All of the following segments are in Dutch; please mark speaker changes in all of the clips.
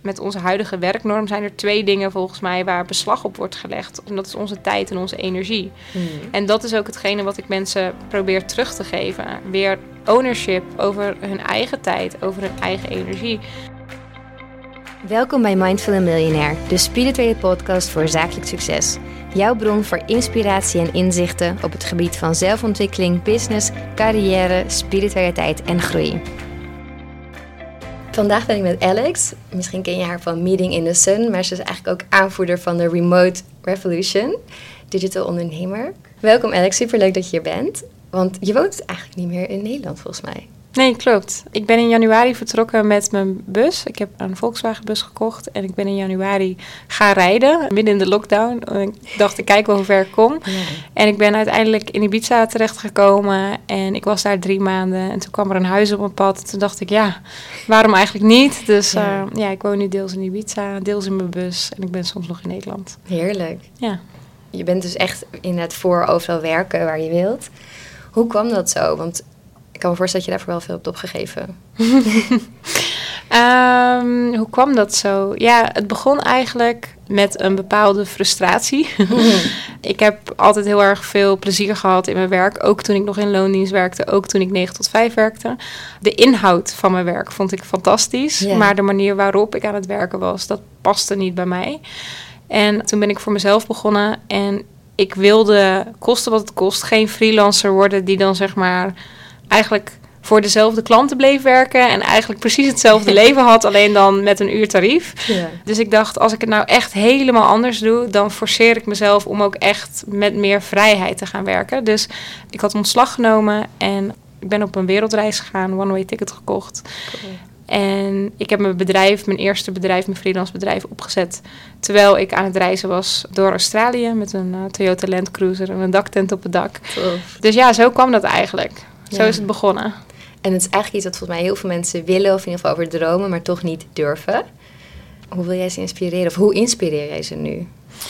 Speaker 1: met onze huidige werknorm zijn er 2 dingen volgens mij waar beslag op wordt gelegd. En dat is onze tijd en onze energie. En dat is ook hetgene wat ik mensen probeer terug te geven. Weer ownership over hun eigen tijd, over hun eigen energie.
Speaker 2: Welkom bij Mindful & Millionaire, de spirituele podcast voor zakelijk succes. Jouw bron voor inspiratie en inzichten op het gebied van zelfontwikkeling, business, carrière, spiritualiteit en groei. Vandaag ben ik met Alex. Misschien ken je haar van Meeting in the Sun, maar ze is eigenlijk ook aanvoerder van de Remote Revolution, digital ondernemer. Welkom Alex, superleuk dat je hier bent. Want je woont eigenlijk niet meer in Nederland volgens mij.
Speaker 1: Nee, klopt. Ik ben in januari vertrokken met mijn bus. Ik heb een Volkswagen bus gekocht en ik ben in januari gaan rijden, midden in de lockdown. Ik dacht, ik kijk wel hoe ver ik kom. Ja. En ik ben uiteindelijk in Ibiza terechtgekomen en ik was daar 3 maanden. En toen kwam er een huis op mijn pad. Toen dacht ik, ja, waarom eigenlijk niet? Dus ik woon nu deels in Ibiza, deels in mijn bus en ik ben soms nog in Nederland.
Speaker 2: Heerlijk.
Speaker 1: Ja.
Speaker 2: Je bent dus echt inderdaad voor overal werken waar je wilt. Hoe kwam dat zo? Want ik kan me voorstellen dat je daarvoor wel veel hebt opgegeven.
Speaker 1: Hoe kwam dat zo? Ja, het begon eigenlijk met een bepaalde frustratie. Ik heb altijd heel erg veel plezier gehad in mijn werk. Ook toen ik nog in loondienst werkte. Ook toen ik 9 tot 5 werkte. De inhoud van mijn werk vond ik fantastisch. Yeah. Maar de manier waarop ik aan het werken was, dat paste niet bij mij. En toen ben ik voor mezelf begonnen. En ik wilde, koste wat het kost, geen freelancer worden die dan zeg maar eigenlijk voor dezelfde klanten bleef werken en eigenlijk precies hetzelfde leven had, alleen dan met een uurtarief. Ja. Dus ik dacht, als ik het nou echt helemaal anders doe, dan forceer ik mezelf om ook echt met meer vrijheid te gaan werken. Dus ik had ontslag genomen en ik ben op een wereldreis gegaan, one-way ticket gekocht. Cool. En ik heb mijn eerste bedrijf, mijn freelance bedrijf opgezet terwijl ik aan het reizen was door Australië met een Toyota Land Cruiser en een daktent op het dak. Cool. Dus ja, zo kwam dat eigenlijk. Zo is het begonnen.
Speaker 2: En het is eigenlijk iets wat volgens mij heel veel mensen willen, of in ieder geval over dromen, maar toch niet durven. Hoe wil jij ze inspireren? Of hoe inspireer jij ze nu?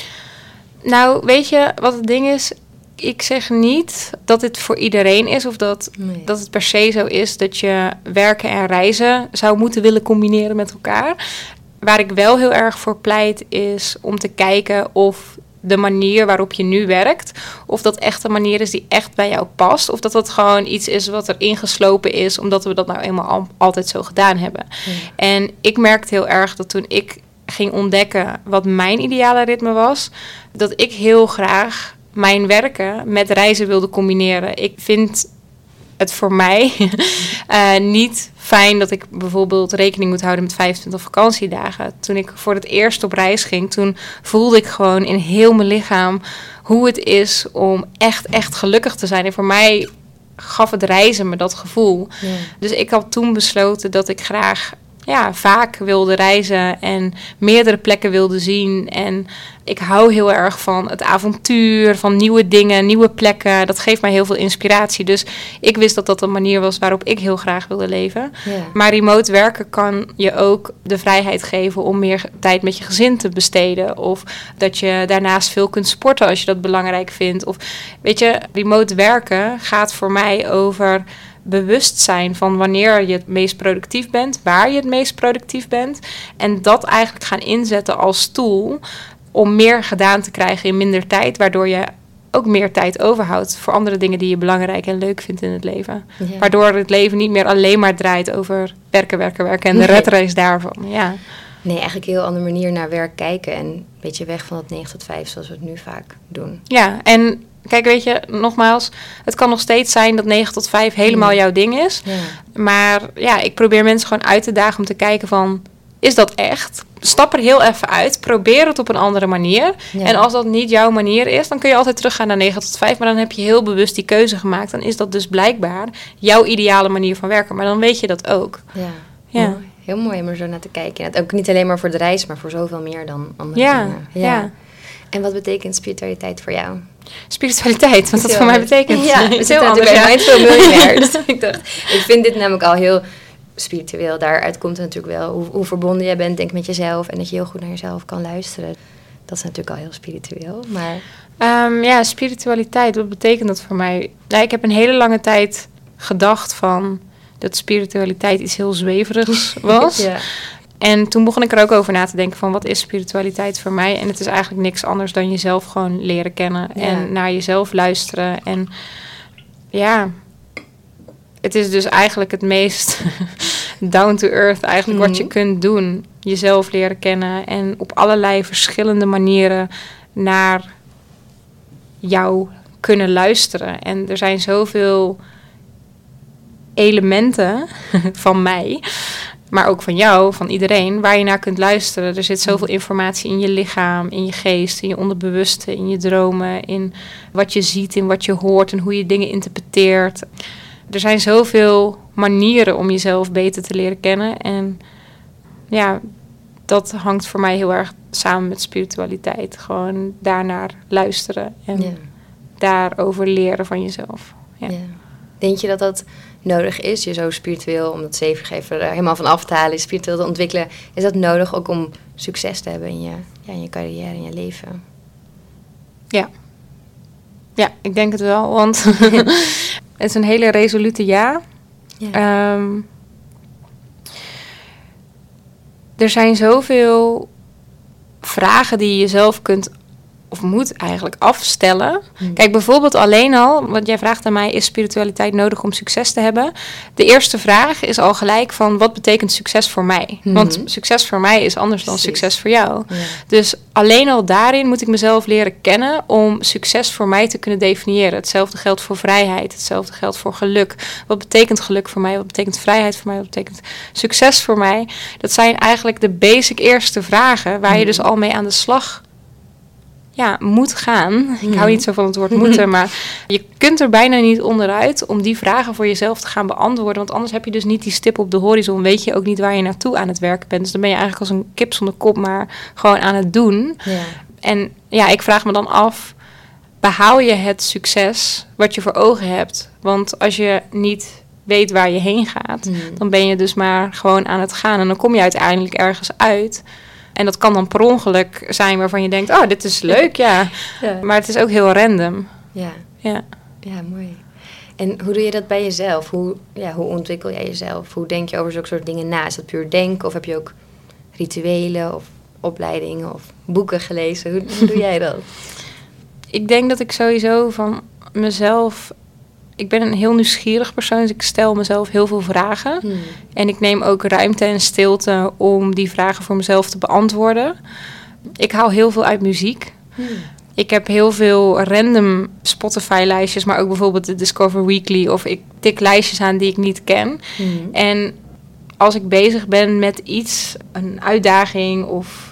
Speaker 1: Nou, weet je wat het ding is? Ik zeg niet dat dit voor iedereen is of dat het per se zo is dat je werken en reizen zou moeten willen combineren met elkaar. Waar ik wel heel erg voor pleit is om te kijken of de manier waarop je nu werkt, of dat echt een manier is die echt bij jou past, of dat gewoon iets is wat er ingeslopen is, omdat we dat nou eenmaal altijd zo gedaan hebben. En ik merkte heel erg dat toen ik ging ontdekken wat mijn ideale ritme was, dat ik heel graag mijn werken met reizen wilde combineren. Ik vind het voor mij niet fijn dat ik bijvoorbeeld rekening moet houden met 25 vakantiedagen. Toen ik voor het eerst op reis ging, toen voelde ik gewoon in heel mijn lichaam hoe het is om echt gelukkig te zijn. En voor mij gaf het reizen me dat gevoel. Ja. Dus ik had toen besloten dat ik graag vaak wilde reizen en meerdere plekken wilde zien. En ik hou heel erg van het avontuur, van nieuwe dingen, nieuwe plekken. Dat geeft mij heel veel inspiratie. Dus ik wist dat dat een manier was waarop ik heel graag wilde leven. Yeah. Maar remote werken kan je ook de vrijheid geven om meer tijd met je gezin te besteden. Of dat je daarnaast veel kunt sporten als je dat belangrijk vindt. Of weet je, remote werken gaat voor mij over bewustzijn van wanneer je het meest productief bent, waar je het meest productief bent. En dat eigenlijk gaan inzetten als tool om meer gedaan te krijgen in minder tijd, waardoor je ook meer tijd overhoudt voor andere dingen die je belangrijk en leuk vindt in het leven. Ja. Waardoor het leven niet meer alleen maar draait over werken en de redrace daarvan. Ja.
Speaker 2: Nee, eigenlijk een heel andere manier naar werk kijken en een beetje weg van het 9 tot 5 zoals we het nu vaak doen.
Speaker 1: Ja, en kijk, weet je, nogmaals, het kan nog steeds zijn dat 9 tot 5 helemaal jouw ding is. Ja. Maar ja, ik probeer mensen gewoon uit te dagen om te kijken van, is dat echt? Stap er heel even uit, probeer het op een andere manier. Ja. En als dat niet jouw manier is, dan kun je altijd teruggaan naar 9 tot 5. Maar dan heb je heel bewust die keuze gemaakt. Dan is dat dus blijkbaar jouw ideale manier van werken. Maar dan weet je dat ook.
Speaker 2: Ja. Mooi. Heel mooi om er zo naar te kijken. En ook niet alleen maar voor de reis, maar voor zoveel meer dan andere dingen. Ja. En wat betekent spiritualiteit voor jou?
Speaker 1: Spiritualiteit, wat dat voor mij betekent.
Speaker 2: Ja, we zitten natuurlijk bij Mindful & Millionaire. Dus ik vind dit namelijk al heel spiritueel. Daaruit komt het natuurlijk wel hoe verbonden jij bent, denk met jezelf. En dat je heel goed naar jezelf kan luisteren. Dat is natuurlijk al heel spiritueel. Maar
Speaker 1: spiritualiteit, wat betekent dat voor mij? Nou, ik heb een hele lange tijd gedacht van dat spiritualiteit iets heel zweverigs was. Ja. En toen begon ik er ook over na te denken van wat is spiritualiteit voor mij? En het is eigenlijk niks anders dan jezelf gewoon leren kennen en naar jezelf luisteren. En ja, het is dus eigenlijk het meest down to earth eigenlijk wat je kunt doen. Jezelf leren kennen en op allerlei verschillende manieren naar jou kunnen luisteren. En er zijn zoveel elementen van mij, maar ook van jou, van iedereen, waar je naar kunt luisteren. Er zit zoveel informatie in je lichaam, in je geest, in je onderbewuste, in je dromen, in wat je ziet, in wat je hoort en hoe je dingen interpreteert. Er zijn zoveel manieren om jezelf beter te leren kennen. En ja, dat hangt voor mij heel erg samen met spiritualiteit. Gewoon daarnaar luisteren en daarover leren van jezelf. Ja. Ja.
Speaker 2: Denk je dat dat nodig is, je zo spiritueel, om dat zevengever er helemaal van af te halen, spiritueel te ontwikkelen? Is dat nodig ook om succes te hebben in je carrière, in je leven?
Speaker 1: Ja. Ja, ik denk het wel, want het is een hele resolute ja. Er zijn zoveel vragen die je jezelf kunt of moet eigenlijk afstellen. Kijk, bijvoorbeeld alleen al, want jij vraagt aan mij, is spiritualiteit nodig om succes te hebben? De eerste vraag is al gelijk van, wat betekent succes voor mij? Want succes voor mij is anders dan succes voor jou. Ja. Dus alleen al daarin moet ik mezelf leren kennen om succes voor mij te kunnen definiëren. Hetzelfde geldt voor vrijheid, hetzelfde geldt voor geluk. Wat betekent geluk voor mij? Wat betekent vrijheid voor mij? Wat betekent succes voor mij? Dat zijn eigenlijk de basic eerste vragen waar je dus al mee aan de slag moet gaan. Ik hou niet zo van het woord moeten, maar je kunt er bijna niet onderuit om die vragen voor jezelf te gaan beantwoorden. Want anders heb je dus niet die stip op de horizon. Weet je ook niet waar je naartoe aan het werken bent. Dus dan ben je eigenlijk als een kip zonder kop, maar gewoon aan het doen. Ja. En ja, ik vraag me dan af, behaal je het succes wat je voor ogen hebt? Want als je niet weet waar je heen gaat, dan ben je dus maar gewoon aan het gaan. En dan kom je uiteindelijk ergens uit. En dat kan dan per ongeluk zijn waarvan je denkt, oh, dit is leuk, ja. Maar het is ook heel random.
Speaker 2: Ja, mooi. En hoe doe je dat bij jezelf? Hoe ontwikkel jij jezelf? Hoe denk je over zulke soort dingen na? Is dat puur denken of heb je ook rituelen of opleidingen of boeken gelezen? Hoe doe jij dat?
Speaker 1: Ik denk dat ik sowieso van mezelf... Ik ben een heel nieuwsgierig persoon, dus ik stel mezelf heel veel vragen. En ik neem ook ruimte en stilte om die vragen voor mezelf te beantwoorden. Ik haal heel veel uit muziek. Ik heb heel veel random Spotify-lijstjes, maar ook bijvoorbeeld de Discover Weekly. Of ik tik lijstjes aan die ik niet ken. En als ik bezig ben met iets, een uitdaging of...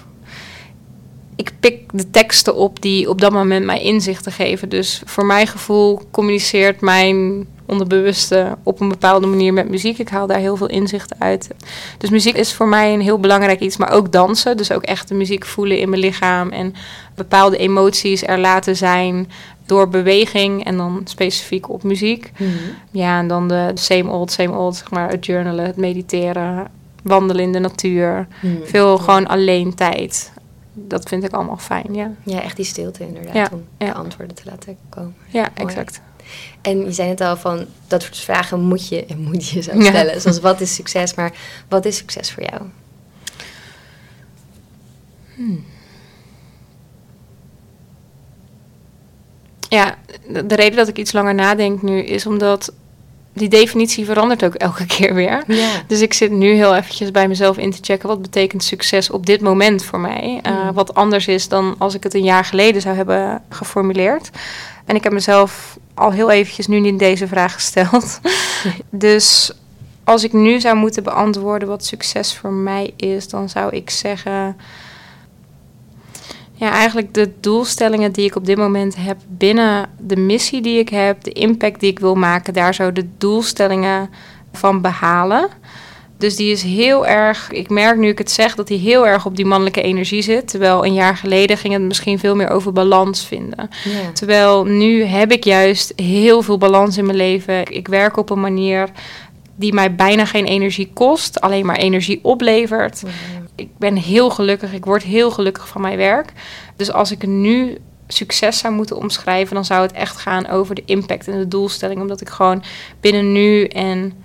Speaker 1: Ik pik de teksten op die op dat moment mij inzichten geven. Dus voor mijn gevoel communiceert mijn onderbewuste op een bepaalde manier met muziek. Ik haal daar heel veel inzichten uit. Dus muziek is voor mij een heel belangrijk iets, maar ook dansen. Dus ook echt de muziek voelen in mijn lichaam en bepaalde emoties er laten zijn door beweging en dan specifiek op muziek. Ja, en dan de same old, zeg maar, het journalen, het mediteren, wandelen in de natuur. Veel gewoon alleen tijd. Dat vind ik allemaal fijn, ja. Ja,
Speaker 2: echt die stilte inderdaad, om de antwoorden te laten komen.
Speaker 1: Ja, mooi. Exact.
Speaker 2: En je zei net al van, dat soort vragen moet je jezelf stellen. Ja. Zoals, wat is succes? Maar wat is succes voor jou?
Speaker 1: Ja, de reden dat ik iets langer nadenk nu is omdat... Die definitie verandert ook elke keer weer. Ja. Dus ik zit nu heel eventjes bij mezelf in te checken... wat betekent succes op dit moment voor mij? Wat anders is dan als ik het een jaar geleden zou hebben geformuleerd. En ik heb mezelf al heel eventjes nu niet deze vraag gesteld. Dus als ik nu zou moeten beantwoorden wat succes voor mij is... dan zou ik zeggen... Ja, eigenlijk de doelstellingen die ik op dit moment heb binnen de missie die ik heb, de impact die ik wil maken, daar zou de doelstellingen van behalen. Dus die is heel erg, ik merk nu ik het zeg, dat die heel erg op die mannelijke energie zit. Terwijl een jaar geleden ging het misschien veel meer over balans vinden. Ja. Terwijl nu heb ik juist heel veel balans in mijn leven. Ik werk op een manier die mij bijna geen energie kost, alleen maar energie oplevert. Ik ben heel gelukkig, ik word heel gelukkig van mijn werk. Dus als ik nu succes zou moeten omschrijven, dan zou het echt gaan over de impact en de doelstelling. Omdat ik gewoon binnen nu en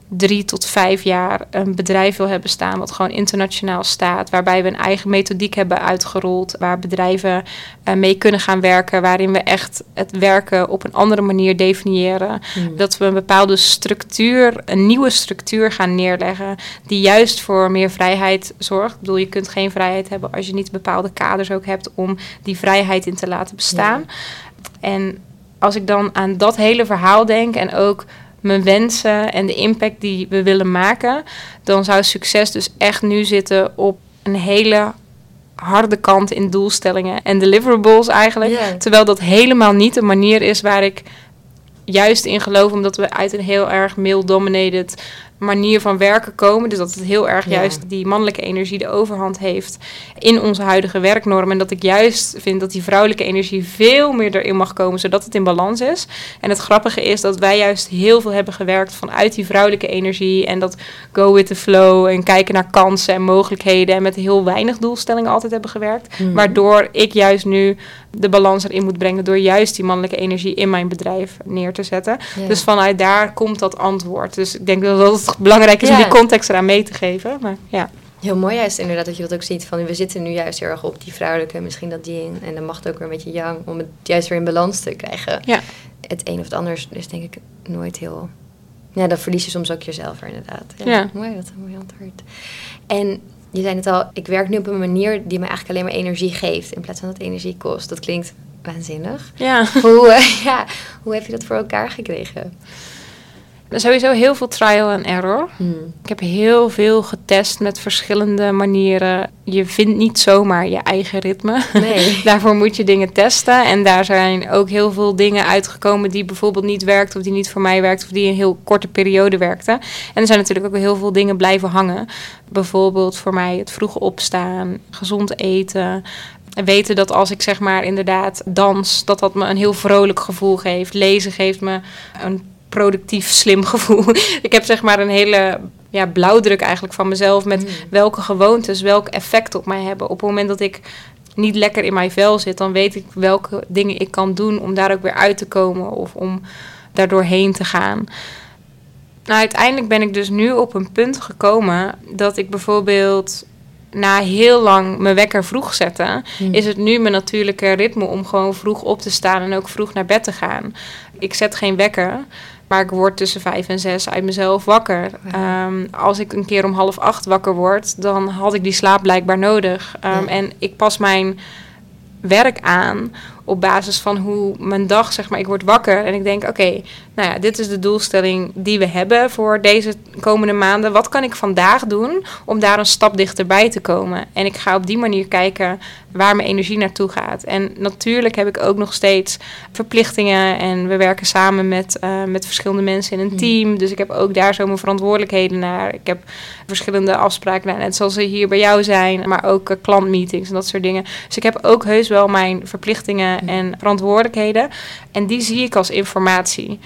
Speaker 1: 3 tot 5 jaar een bedrijf wil hebben staan wat gewoon internationaal staat, waarbij we een eigen methodiek hebben uitgerold, waar bedrijven mee kunnen gaan werken, waarin we echt het werken op een andere manier definiëren. Dat we een bepaalde structuur, een nieuwe structuur gaan neerleggen, die juist voor meer vrijheid zorgt. Ik bedoel, je kunt geen vrijheid hebben als je niet bepaalde kaders ook hebt om die vrijheid in te laten bestaan. Ja. En als ik dan aan dat hele verhaal denk en ook mijn wensen en de impact die we willen maken, dan zou succes dus echt nu zitten op een hele harde kant in doelstellingen en deliverables eigenlijk. Yeah. Terwijl dat helemaal niet de manier is waar ik juist in geloof, omdat we uit een heel erg male-dominated manier van werken komen. Dus dat het heel erg juist die mannelijke energie de overhand heeft in onze huidige werknorm. En dat ik juist vind dat die vrouwelijke energie veel meer erin mag komen, zodat het in balans is. En het grappige is dat wij juist heel veel hebben gewerkt vanuit die vrouwelijke energie en dat go with the flow en kijken naar kansen en mogelijkheden en met heel weinig doelstellingen altijd hebben gewerkt. Waardoor ik juist nu de balans erin moet brengen door juist die mannelijke energie in mijn bedrijf neer te zetten. Yeah. Dus vanuit daar komt dat antwoord. Dus ik denk dat het belangrijk is om die context eraan mee te geven. Maar ja.
Speaker 2: Heel mooi juist inderdaad dat je dat ook ziet. Van, we zitten nu juist heel erg op die vrouwelijke, misschien dat yin. En dan mag het ook weer een beetje yang, om het juist weer in balans te krijgen. Ja. Het een of het ander is denk ik nooit heel... Ja, dan verlies je soms ook jezelf er inderdaad. Ja. Mooi, wat een mooi antwoord. En je zei het al, ik werk nu op een manier die me eigenlijk alleen maar energie geeft, in plaats van dat energie kost. Dat klinkt waanzinnig. Ja. Hoe heb je dat voor elkaar gekregen?
Speaker 1: Sowieso heel veel trial and error. Ik heb heel veel getest met verschillende manieren. Je vindt niet zomaar je eigen ritme. Nee. Daarvoor moet je dingen testen. En daar zijn ook heel veel dingen uitgekomen die bijvoorbeeld niet werkten, of die niet voor mij werkten, of die in een heel korte periode werkten. En er zijn natuurlijk ook heel veel dingen blijven hangen. Bijvoorbeeld voor mij het vroeg opstaan, gezond eten. En weten dat als ik zeg maar inderdaad dans, dat me een heel vrolijk gevoel geeft. Lezen geeft me een productief, slim gevoel. Ik heb zeg maar een hele blauwdruk eigenlijk van mezelf met welke gewoontes, welk effect op mij hebben. Op het moment dat ik niet lekker in mijn vel zit, dan weet ik welke dingen ik kan doen om daar ook weer uit te komen of om daar doorheen te gaan. Nou, uiteindelijk ben ik dus nu op een punt gekomen dat ik bijvoorbeeld na heel lang mijn wekker vroeg zetten, is het nu mijn natuurlijke ritme om gewoon vroeg op te staan en ook vroeg naar bed te gaan. Ik zet geen wekker, maar ik word tussen 5 en 6 uit mezelf wakker. Als ik een keer om 7:30 wakker word, dan had ik die slaap blijkbaar nodig. En ik pas mijn werk aan op basis van hoe mijn dag, zeg maar, ik word wakker en ik denk, oké, nou ja, dit is de doelstelling die we hebben voor deze komende maanden. Wat kan ik vandaag doen om daar een stap dichterbij te komen? En ik ga op die manier kijken waar mijn energie naartoe gaat. En natuurlijk heb ik ook nog steeds verplichtingen en we werken samen met verschillende mensen in een team. Dus ik heb ook daar zo mijn verantwoordelijkheden naar. Ik heb verschillende afspraken, net zoals ze hier bij jou zijn, maar ook klantmeetings en dat soort dingen. Dus ik heb ook heus wel mijn verplichtingen en verantwoordelijkheden. En die zie ik als informatie.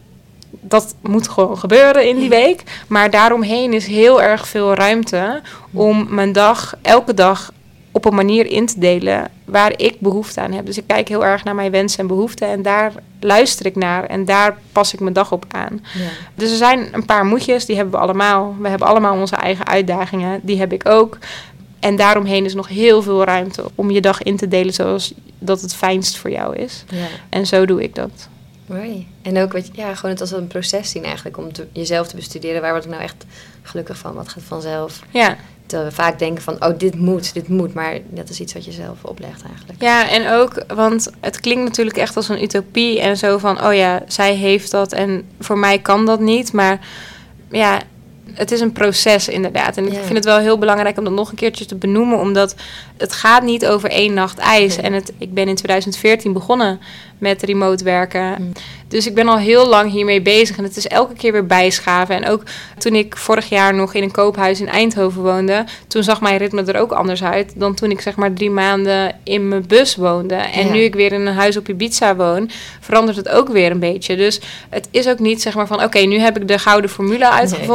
Speaker 1: Dat moet gewoon gebeuren in die week. Maar daaromheen is heel erg veel ruimte om mijn dag, elke dag, op een manier in te delen waar ik behoefte aan heb. Dus ik kijk heel erg naar mijn wensen en behoeften en daar luister ik naar en daar pas ik mijn dag op aan. Ja. Dus er zijn een paar moedjes, die hebben we allemaal. We hebben allemaal onze eigen uitdagingen, die heb ik ook. En daaromheen is nog heel veel ruimte om je dag in te delen zoals dat het fijnst voor jou is. Ja. En zo doe ik dat.
Speaker 2: Mooi. En ook gewoon het als een proces zien eigenlijk om jezelf te bestuderen. Waar word ik nou echt gelukkig van? Wat gaat vanzelf? Ja. Terwijl we vaak denken van, dit moet. Maar dat is iets wat je zelf oplegt eigenlijk.
Speaker 1: Ja, en ook, want het klinkt natuurlijk echt als een utopie. En zo van, zij heeft dat en voor mij kan dat niet. Maar ja, het is een proces inderdaad. En ik vind het wel heel belangrijk om dat nog een keertje te benoemen. Omdat het gaat niet over 1 nacht ijs. En ik ben in 2014 begonnen met remote werken. Dus ik ben al heel lang hiermee bezig. En het is elke keer weer bijschaven. En ook toen ik vorig jaar nog in een koophuis in Eindhoven woonde, toen zag mijn ritme er ook anders uit dan toen ik zeg maar 3 maanden in mijn bus woonde. En nu ik weer in een huis op Ibiza woon, verandert het ook weer een beetje. Dus het is ook niet zeg maar van, nu heb ik de gouden formule uitgevonden.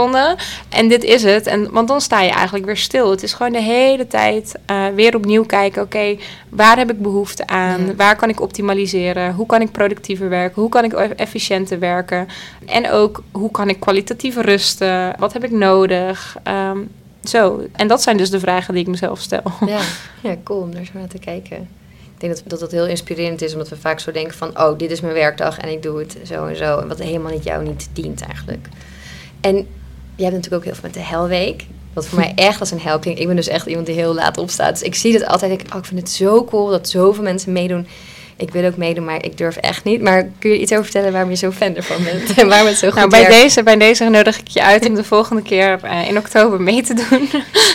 Speaker 1: En dit is het. Want dan sta je eigenlijk weer stil. Het is gewoon de hele tijd weer opnieuw kijken. Oké, waar heb ik behoefte aan? Ja. Waar kan ik optimaliseren? Hoe kan ik productiever werken? Hoe kan ik efficiënter werken? En ook, hoe kan ik kwalitatief rusten? Wat heb ik nodig? Zo. En dat zijn dus de vragen die ik mezelf stel.
Speaker 2: Ja, cool om daar zo naar te kijken. Ik denk dat heel inspirerend is, omdat we vaak zo denken van... oh, dit is mijn werkdag en ik doe het zo en zo. En wat helemaal niet dient eigenlijk. En je hebt natuurlijk ook heel veel met de helweek. Wat voor mij echt als een hel klinkt. Ik ben dus echt iemand die heel laat opstaat. Dus ik zie dat altijd. Ik vind het zo cool dat zoveel mensen meedoen. Ik wil ook meedoen, maar ik durf echt niet. Maar kun je iets over vertellen waarom je zo fan ervan bent? En waarom het zo goed werkt?
Speaker 1: Bij deze nodig ik je uit om de volgende keer in oktober mee te doen.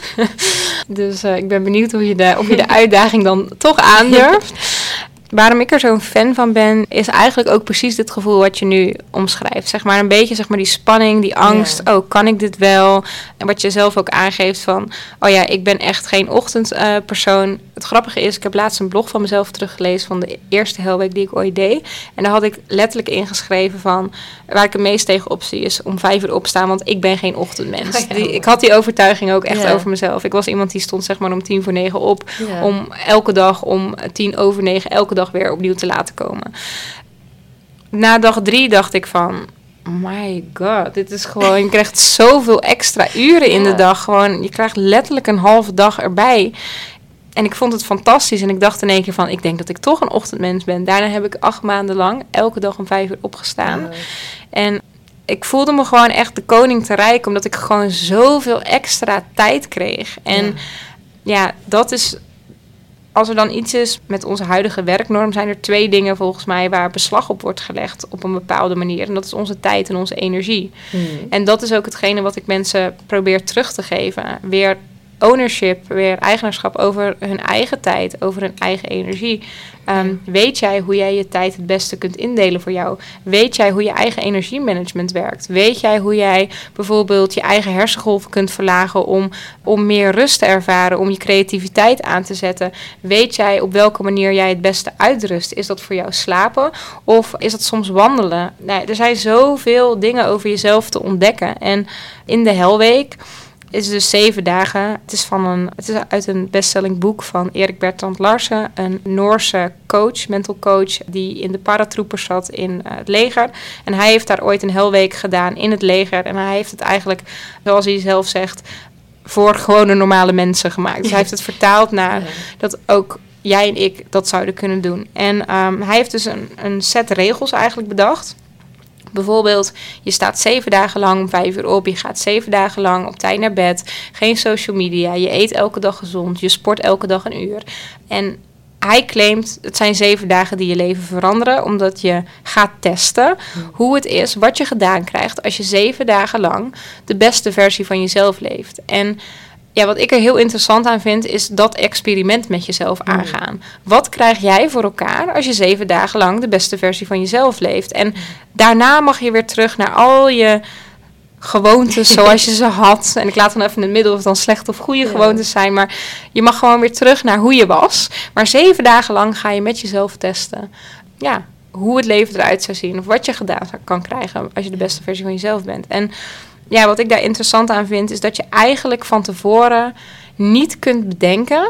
Speaker 1: Dus ik ben benieuwd of je de uitdaging dan toch aandurft. Waarom ik er zo'n fan van ben, is eigenlijk ook precies dit gevoel wat je nu omschrijft. Zeg maar een beetje die spanning, die angst. Ja. Oh, kan ik dit wel? En wat je zelf ook aangeeft van... oh ja, ik ben echt geen ochtendpersoon. Het grappige is, ik heb laatst een blog van mezelf teruggelezen... van de eerste helweek die ik ooit deed. En daar had ik letterlijk ingeschreven van... waar ik het meest tegenop zie is om 5 uur opstaan... want ik ben geen ochtendmens. Ik had die overtuiging ook echt over mezelf. Ik was iemand die stond om 9:10 op... om elke dag om 9:10 elke dag weer opnieuw te laten komen. Na dag 3 dacht ik van... my god, dit is gewoon... je krijgt zoveel extra uren in de dag. Gewoon, je krijgt letterlijk een halve dag erbij. En ik vond het fantastisch. En ik dacht in één keer van... ik denk dat ik toch een ochtendmens ben. Daarna heb ik 8 maanden lang... elke dag om 5 uur opgestaan. En ik voelde me gewoon echt de koning te rijk... omdat ik gewoon zoveel extra tijd kreeg. En ja dat is... Als er dan iets is met onze huidige werknorm... zijn er 2 dingen volgens mij waar beslag op wordt gelegd... op een bepaalde manier. En dat is onze tijd en onze energie. En dat is ook hetgene wat ik mensen probeer terug te geven. Weer ownership, weer eigenaarschap over hun eigen tijd... over hun eigen energie. Weet jij hoe jij je tijd het beste kunt indelen voor jou? Weet jij hoe je eigen energiemanagement werkt? Weet jij hoe jij bijvoorbeeld je eigen hersengolven kunt verlagen... om meer rust te ervaren, om je creativiteit aan te zetten? Weet jij op welke manier jij het beste uitrust? Is dat voor jou slapen of is dat soms wandelen? Nou, er zijn zoveel dingen over jezelf te ontdekken. En in de helweek... is dus 7 dagen. Het is uit een bestselling boek van Erik Bertrand Larsen. Een Noorse coach, mental coach, die in de paratroopers zat in het leger. En hij heeft daar ooit een helweek gedaan in het leger. En hij heeft het eigenlijk, zoals hij zelf zegt, voor gewone normale mensen gemaakt. Dus hij heeft het vertaald naar dat ook jij en ik dat zouden kunnen doen. En hij heeft dus een set regels eigenlijk bedacht. Bijvoorbeeld, je staat 7 dagen lang om 5 uur op. Je gaat 7 dagen lang op tijd naar bed. Geen social media. Je eet elke dag gezond. Je sport elke dag 1 uur. En hij claimt, het zijn 7 dagen die je leven veranderen. Omdat je gaat testen hoe het is, wat je gedaan krijgt... als je 7 dagen lang de beste versie van jezelf leeft. En ja, wat ik er heel interessant aan vind, is dat experiment met jezelf aangaan. Wat krijg jij voor elkaar als je 7 dagen lang de beste versie van jezelf leeft? En daarna mag je weer terug naar al je gewoontes zoals je ze had. En ik laat dan even in het midden of het dan slechte of goede gewoontes zijn. Maar je mag gewoon weer terug naar hoe je was. Maar 7 dagen lang ga je met jezelf testen. Ja, hoe het leven eruit zou zien. Of wat je gedaan kan krijgen als je de beste versie van jezelf bent. En ja, wat ik daar interessant aan vind, is dat je eigenlijk van tevoren niet kunt bedenken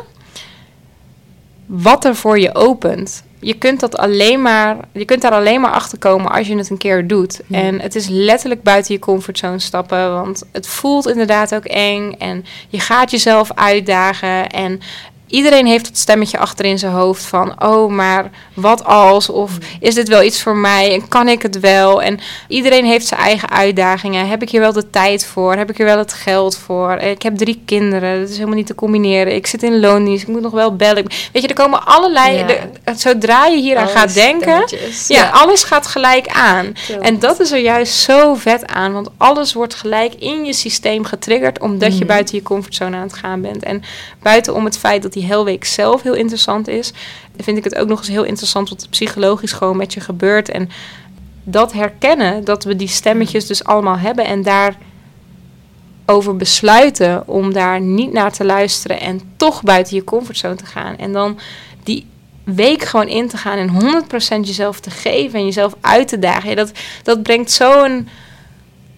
Speaker 1: wat er voor je opent. Je kunt daar alleen maar achter komen als je het een keer doet. Ja. En het is letterlijk buiten je comfortzone stappen, want het voelt inderdaad ook eng en je gaat jezelf uitdagen en iedereen heeft dat stemmetje achter in zijn hoofd van... oh, maar wat als? Of is dit wel iets voor mij? En kan ik het wel? En iedereen heeft zijn eigen uitdagingen. Heb ik hier wel de tijd voor? Heb ik hier wel het geld voor? Ik heb 3 kinderen. Dat is helemaal niet te combineren. Ik zit in loondienst. Ik moet nog wel bellen. Weet je, er komen allerlei... zodra je hier aan gaat denken... alles gaat gelijk aan. Klopt. En dat is er juist zo vet aan. Want alles wordt gelijk in je systeem getriggerd... omdat je buiten je comfortzone aan het gaan bent. En buiten om het feit dat die helweek zelf heel interessant is... vind ik het ook nog eens heel interessant wat psychologisch gewoon met je gebeurt. En dat herkennen, dat we die stemmetjes dus allemaal hebben... en daarover besluiten om daar niet naar te luisteren... en toch buiten je comfortzone te gaan. En dan die week gewoon in te gaan en 100% jezelf te geven... en jezelf uit te dagen. Ja, dat brengt zo'n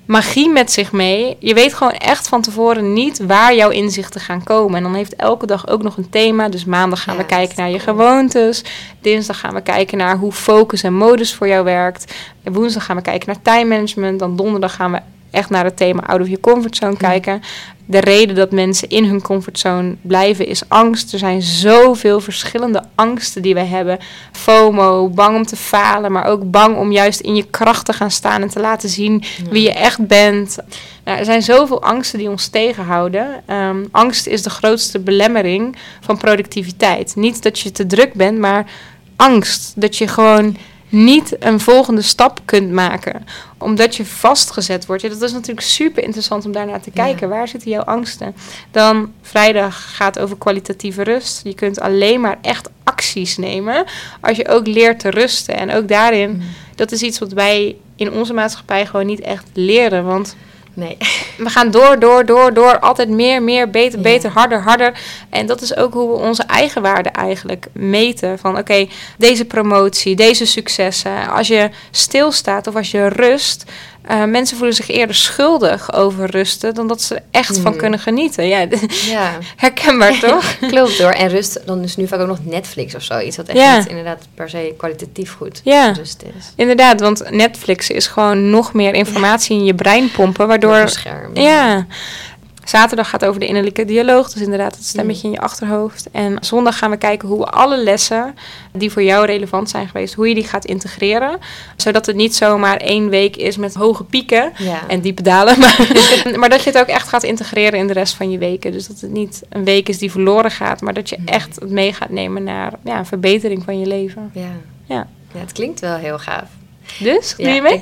Speaker 1: magie met zich mee. Je weet gewoon echt van tevoren niet waar jouw inzichten gaan komen. En dan heeft elke dag ook nog een thema. Dus maandag gaan we kijken naar je gewoontes. Dinsdag gaan we kijken naar hoe focus en modus voor jou werkt. En woensdag gaan we kijken naar time management. Dan donderdag gaan we echt naar het thema out of your comfortzone kijken. De reden dat mensen in hun comfortzone blijven is angst. Er zijn zoveel verschillende angsten die we hebben. FOMO, bang om te falen, maar ook bang om juist in je kracht te gaan staan en te laten zien wie je echt bent. Nou, er zijn zoveel angsten die ons tegenhouden. Angst is de grootste belemmering van productiviteit. Niet dat je te druk bent, maar angst. Dat je gewoon niet een volgende stap kunt maken. Omdat je vastgezet wordt. Ja, dat is natuurlijk super interessant om daarnaar te kijken. Waar zitten jouw angsten? Dan vrijdag gaat over kwalitatieve rust. Je kunt alleen maar echt acties nemen als je ook leert te rusten. En ook daarin, dat is iets wat wij in onze maatschappij gewoon niet echt leren. Want we gaan door. Altijd meer, beter, harder. En dat is ook hoe we onze eigen waarde eigenlijk meten. Van oké, deze promotie, deze successen. Als je stilstaat of als je rust. Mensen voelen zich eerder schuldig over rusten dan dat ze echt van kunnen genieten. Ja. Herkenbaar toch?
Speaker 2: Klopt hoor. En rust, dan is nu vaak ook nog Netflix of zo. Iets wat echt niet inderdaad per se kwalitatief goed rust is.
Speaker 1: Inderdaad, want Netflix is gewoon nog meer informatie in je brein pompen. Waardoor...
Speaker 2: Een scherm.
Speaker 1: Ja. Zaterdag gaat over de innerlijke dialoog. Dus inderdaad het stemmetje in je achterhoofd. En zondag gaan we kijken hoe we alle lessen die voor jou relevant zijn geweest, hoe je die gaat integreren. Zodat het niet zomaar 1 week is met hoge pieken en diepe dalen. Maar dat je het ook echt gaat integreren in de rest van je weken. Dus dat het niet een week is die verloren gaat. Maar dat je echt het mee gaat nemen naar een verbetering van je leven.
Speaker 2: Ja, het klinkt wel heel gaaf.
Speaker 1: Dus, doe je mee?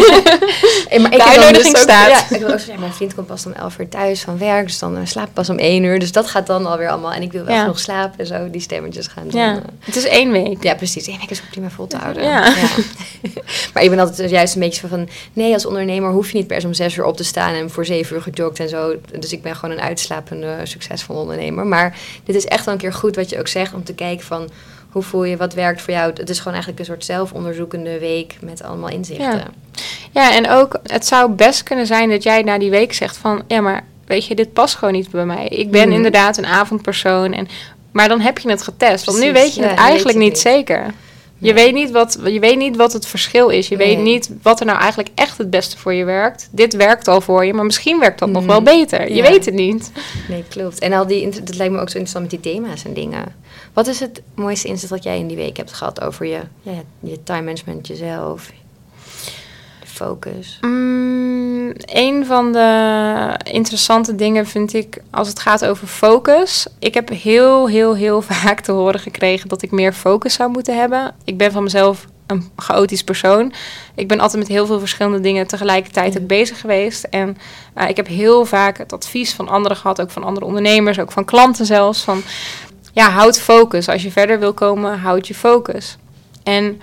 Speaker 2: Maar de uitnodiging dus staat. Ik wil ook zeggen, mijn vriend komt pas om 11 uur thuis van werk. Dus dan slaap ik pas om 1 uur. Dus dat gaat dan alweer allemaal. En ik wil wel nog slapen en zo. Die stemmetjes gaan dan...
Speaker 1: het is 1 week.
Speaker 2: Ja, precies. 1 week is ook prima vol te houden. Ja. Maar ik ben altijd juist een beetje van... Nee, als ondernemer hoef je niet per se om 6 uur op te staan... en voor 7 uur gejogd en zo. Dus ik ben gewoon een uitslapende, succesvolle ondernemer. Maar dit is echt wel een keer goed wat je ook zegt... om te kijken van... Hoe voel je, wat werkt voor jou? Het is gewoon eigenlijk een soort zelfonderzoekende week met allemaal inzichten.
Speaker 1: Ja, en ook het zou best kunnen zijn dat jij na die week zegt van... Ja, maar weet je, dit past gewoon niet bij mij. Ik ben inderdaad een avondpersoon. Maar dan heb je het getest. Want nu weet je het eigenlijk niet zeker. Nee. Je weet niet wat het verschil is. Je weet niet wat er nou eigenlijk echt het beste voor je werkt. Dit werkt al voor je, maar misschien werkt dat nog wel beter. Je weet het niet.
Speaker 2: Nee, klopt. En dat lijkt me ook zo interessant met die thema's en dingen. Wat is het mooiste inzicht dat jij in die week hebt gehad over je time management, jezelf, de focus?
Speaker 1: Een van de interessante dingen vind ik als het gaat over focus. Ik heb heel vaak te horen gekregen dat ik meer focus zou moeten hebben. Ik ben van mezelf een chaotisch persoon. Ik ben altijd met heel veel verschillende dingen tegelijkertijd ook bezig geweest. En ik heb heel vaak het advies van anderen gehad, ook van andere ondernemers, ook van klanten zelfs, van... Ja, houd focus. Als je verder wil komen, houd je focus. En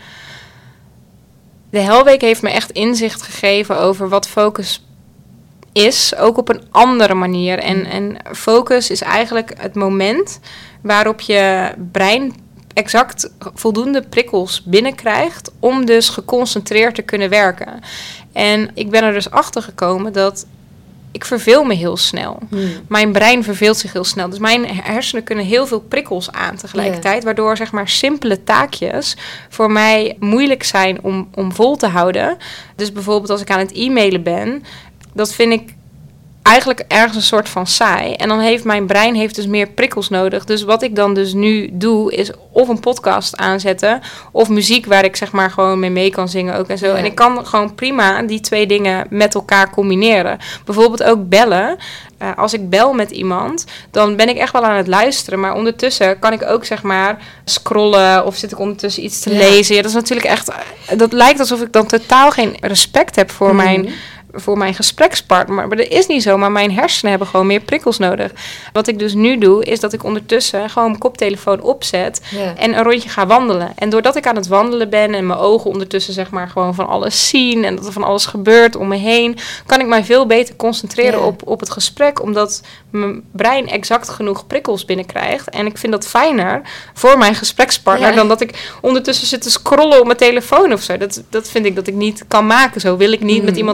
Speaker 1: de Helweek heeft me echt inzicht gegeven over wat focus is. Ook op een andere manier. En focus is eigenlijk het moment waarop je brein exact voldoende prikkels binnenkrijgt om dus geconcentreerd te kunnen werken. En ik ben er dus achter gekomen dat ik verveel me heel snel. Mijn brein verveelt zich heel snel. Dus mijn hersenen kunnen heel veel prikkels aan tegelijkertijd. Waardoor zeg maar simpele taakjes voor mij moeilijk zijn om vol te houden. Dus bijvoorbeeld als ik aan het e-mailen ben. Dat vind ik eigenlijk ergens een soort van saai. En dan heeft mijn brein dus meer prikkels nodig. Dus wat ik dan dus nu doe, is of een podcast aanzetten, of muziek waar ik zeg maar gewoon mee kan zingen ook en zo. Ja. En ik kan gewoon prima die 2 dingen met elkaar combineren. Bijvoorbeeld ook bellen. Als ik bel met iemand, dan ben ik echt wel aan het luisteren. Maar ondertussen kan ik ook zeg maar scrollen of zit ik ondertussen iets te lezen. Ja, dat is natuurlijk echt... Dat lijkt alsof ik dan totaal geen respect heb voor mijn gesprekspartner. Maar dat is niet zo, maar mijn hersenen hebben gewoon meer prikkels nodig. Wat ik dus nu doe, is dat ik ondertussen gewoon mijn koptelefoon opzet en een rondje ga wandelen. En doordat ik aan het wandelen ben en mijn ogen ondertussen zeg maar gewoon van alles zien en dat er van alles gebeurt om me heen, kan ik mij veel beter concentreren op het gesprek, omdat mijn brein exact genoeg prikkels binnenkrijgt. En ik vind dat fijner voor mijn gesprekspartner dan dat ik ondertussen zit te scrollen op mijn telefoon of zo. Dat vind ik dat ik niet kan maken. Zo wil ik niet met iemand een gesprek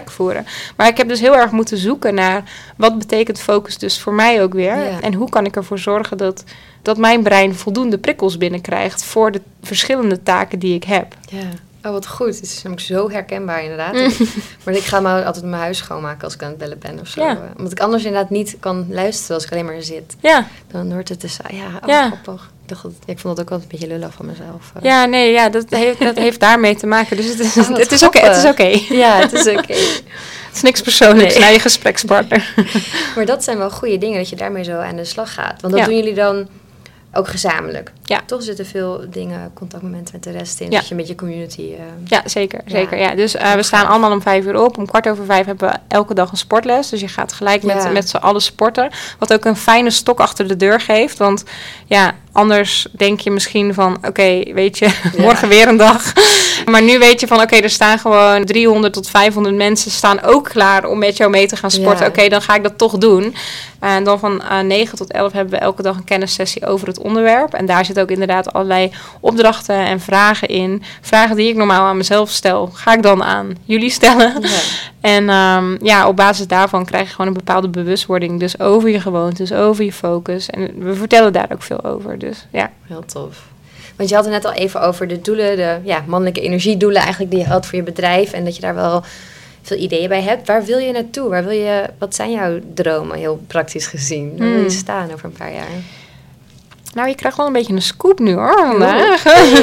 Speaker 1: gesprek voeren. Maar ik heb dus heel erg moeten zoeken naar wat betekent focus dus voor mij ook weer. Ja. En hoe kan ik ervoor zorgen dat mijn brein voldoende prikkels binnenkrijgt voor de verschillende taken die ik heb.
Speaker 2: Ja. Oh, wat goed. Het is namelijk zo herkenbaar inderdaad. Maar ik ga maar altijd mijn huis schoonmaken als ik aan het bellen ben of zo. Ja. Omdat ik anders inderdaad niet kan luisteren als ik alleen maar zit. Ja. Dan wordt het dus, grappig. Ik vond het ook wel een beetje lullig van mezelf.
Speaker 1: Dat heeft daarmee te maken. Dus het is oké. Het is oké.
Speaker 2: Ja, het is oké.
Speaker 1: Het is niks persoonlijks naar je gesprekspartner.
Speaker 2: Maar dat zijn wel goede dingen, dat je daarmee zo aan de slag gaat. Want dat doen jullie dan ook gezamenlijk. Ja. Toch zitten veel dingen, contactmomenten met de rest in. Ja. Dat je met je community...
Speaker 1: Ja, zeker. Ja. Dus we staan allemaal om 5:00 op. Om 5:15 hebben we elke dag een sportles. Dus je gaat gelijk met z'n allen sporten. Wat ook een fijne stok achter de deur geeft. Want anders denk je misschien van... Oké, weet je, morgen weer een dag. Maar nu weet je van... Oké, er staan gewoon 300 tot 500 mensen... staan ook klaar om met jou mee te gaan sporten. Ja. Oké, dan ga ik dat toch doen. En dan van 9 tot 11 hebben we elke dag een kennissessie over het onderwerp. En daar zitten ook inderdaad allerlei opdrachten en vragen in. Vragen die ik normaal aan mezelf stel, ga ik dan aan jullie stellen. Ja. En op basis daarvan krijg je gewoon een bepaalde bewustwording. Dus over je gewoontes, over je focus. En we vertellen daar ook veel over. Dus ja.
Speaker 2: Heel tof. Want je had het net al even over de doelen, de mannelijke energiedoelen eigenlijk die je had voor je bedrijf. En dat je daar wel veel ideeën bij hebt. Waar wil je naartoe? Wat zijn jouw dromen, heel praktisch gezien? Waar wil je staan over een paar jaar?
Speaker 1: Nou, je krijgt wel een beetje een scoop nu hoor. Vandaag.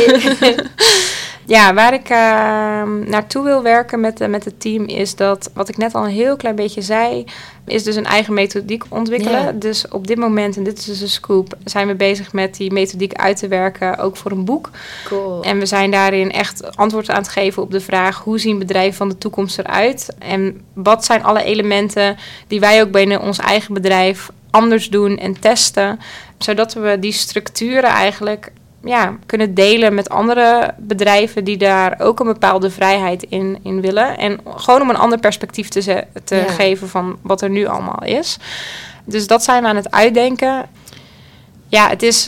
Speaker 1: Ja, waar ik naartoe wil werken met het team is dat, wat ik net al een heel klein beetje zei, is dus een eigen methodiek ontwikkelen. Ja. Dus op dit moment, en dit is dus een scoop, zijn we bezig met die methodiek uit te werken, ook voor een boek.
Speaker 2: Cool.
Speaker 1: En we zijn daarin echt antwoord aan het geven op de vraag, hoe zien bedrijven van de toekomst eruit? En wat zijn alle elementen die wij ook binnen ons eigen bedrijf anders doen en testen, zodat we die structuren eigenlijk kunnen delen met andere bedrijven die daar ook een bepaalde vrijheid in willen. En gewoon om een ander perspectief te geven van wat er nu allemaal is. Dus dat zijn we aan het uitdenken. Ja, het is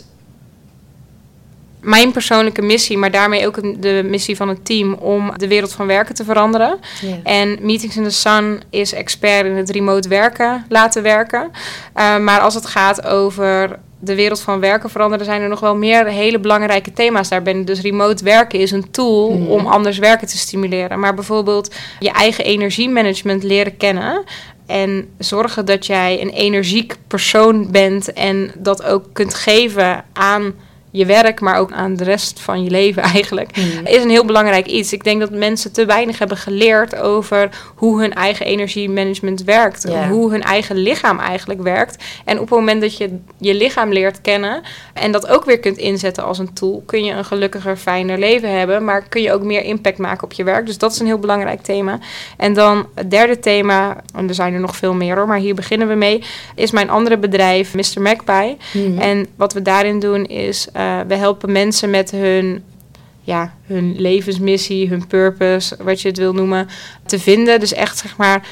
Speaker 1: mijn persoonlijke missie, maar daarmee ook de missie van het team om de wereld van werken te veranderen. Yeah. En Meetings in the Sun is expert in het remote werken, laten werken. Maar als het gaat over de wereld van werken veranderen, zijn er nog wel meer hele belangrijke thema's daarbij. Dus remote werken is een tool om anders werken te stimuleren. Maar bijvoorbeeld je eigen energiemanagement leren kennen en zorgen dat jij een energiek persoon bent en dat ook kunt geven aan je werk, maar ook aan de rest van je leven eigenlijk, is een heel belangrijk iets. Ik denk dat mensen te weinig hebben geleerd over hoe hun eigen energiemanagement werkt. Yeah. Hoe hun eigen lichaam eigenlijk werkt. En op het moment dat je je lichaam leert kennen en dat ook weer kunt inzetten als een tool, kun je een gelukkiger, fijner leven hebben, maar kun je ook meer impact maken op je werk. Dus dat is een heel belangrijk thema. En dan het derde thema, en er zijn er nog veel meer hoor, maar hier beginnen we mee, is mijn andere bedrijf, Mr. Magpie. En wat we daarin doen is, we helpen mensen met hun levensmissie, hun purpose, wat je het wil noemen, te vinden. Dus echt zeg maar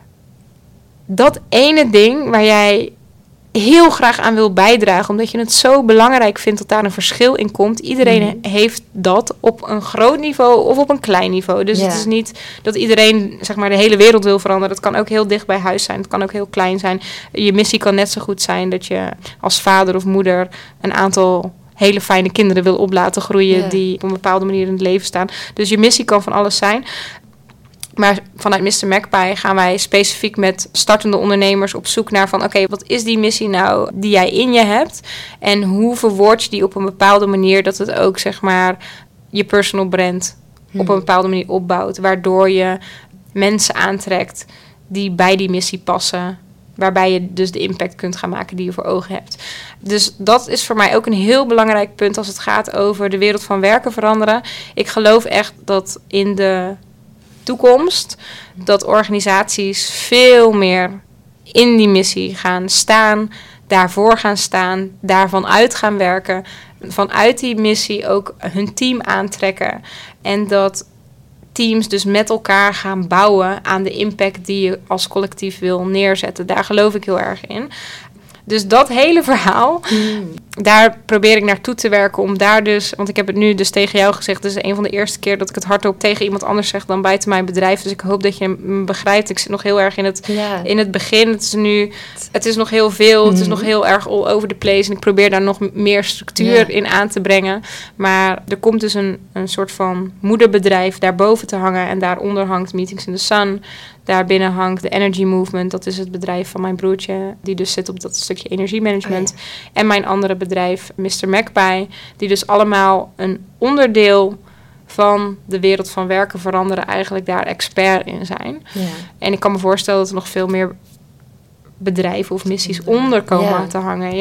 Speaker 1: dat ene ding waar jij heel graag aan wil bijdragen, omdat je het zo belangrijk vindt dat daar een verschil in komt. Iedereen heeft dat op een groot niveau of op een klein niveau. Dus het is niet dat iedereen zeg maar de hele wereld wil veranderen. Het kan ook heel dicht bij huis zijn. Het kan ook heel klein zijn. Je missie kan net zo goed zijn dat je als vader of moeder een aantal hele fijne kinderen wil op laten groeien die op een bepaalde manier in het leven staan. Dus je missie kan van alles zijn. Maar vanuit Mr. Magpie gaan wij specifiek met startende ondernemers op zoek naar van oké, wat is die missie nou die jij in je hebt? En hoe verwoord je die op een bepaalde manier dat het ook zeg maar je personal brand op een bepaalde manier opbouwt. Waardoor je mensen aantrekt die bij die missie passen. Waarbij je dus de impact kunt gaan maken die je voor ogen hebt. Dus dat is voor mij ook een heel belangrijk punt als het gaat over de wereld van werken veranderen. Ik geloof echt dat in de toekomst dat organisaties veel meer in die missie gaan staan, daarvoor gaan staan, daarvan uit gaan werken, vanuit die missie ook hun team aantrekken en dat teams dus met elkaar gaan bouwen aan de impact die je als collectief wil neerzetten. Daar geloof ik heel erg in. Dus dat hele verhaal, daar probeer ik naartoe te werken om daar dus... Want ik heb het nu dus tegen jou gezegd. Dit is een van de eerste keer dat ik het hardop tegen iemand anders zeg dan buiten mijn bedrijf. Dus ik hoop dat je me begrijpt. Ik zit nog heel erg in het begin. Het is nog heel veel. Het is nog heel erg all over the place. En ik probeer daar nog meer structuur in aan te brengen. Maar er komt dus een soort van moederbedrijf daarboven te hangen. En daaronder hangt Meetings in the Sun. Daarbinnen hangt de Energy Movement. Dat is het bedrijf van mijn broertje. Die dus zit op dat stukje energiemanagement. Oh ja. En mijn andere bedrijf, Mr. Magpie. Die dus allemaal een onderdeel van de wereld van werken veranderen. Eigenlijk daar expert in zijn. Ja. En ik kan me voorstellen dat er nog veel meer bedrijven of missies onder komen te hangen.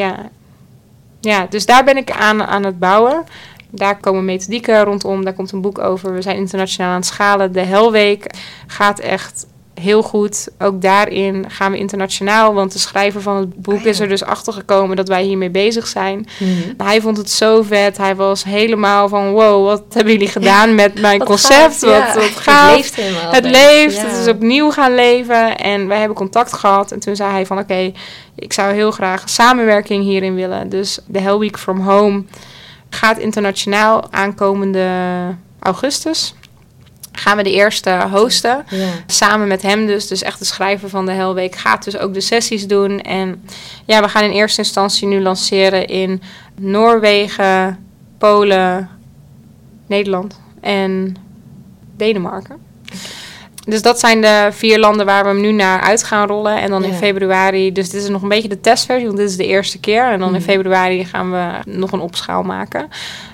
Speaker 1: Ja, dus daar ben ik aan het bouwen. Daar komen methodieken rondom. Daar komt een boek over. We zijn internationaal aan het schalen. De Helweek gaat echt heel goed. Ook daarin gaan we internationaal. Want de schrijver van het boek is er dus achter gekomen dat wij hiermee bezig zijn. Hij vond het zo vet. Hij was helemaal van wow, wat hebben jullie gedaan met mijn concept? Wat gaaf. Het leeft. Het is opnieuw gaan leven. En wij hebben contact gehad. En toen zei hij van oké, ik zou heel graag samenwerking hierin willen. Dus de Hell Week from Home gaat internationaal aankomende augustus. Gaan we de eerste hosten. Ja. Samen met hem dus. Dus echt de schrijver van de Helweek gaat dus ook de sessies doen. En ja, we gaan in eerste instantie nu lanceren in Noorwegen, Polen, Nederland en Denemarken. Dus dat zijn de 4 landen waar we hem nu naar uit gaan rollen. En dan in februari, dus dit is nog een beetje de testversie, want dit is de eerste keer. En dan in februari gaan we nog een opschaal maken.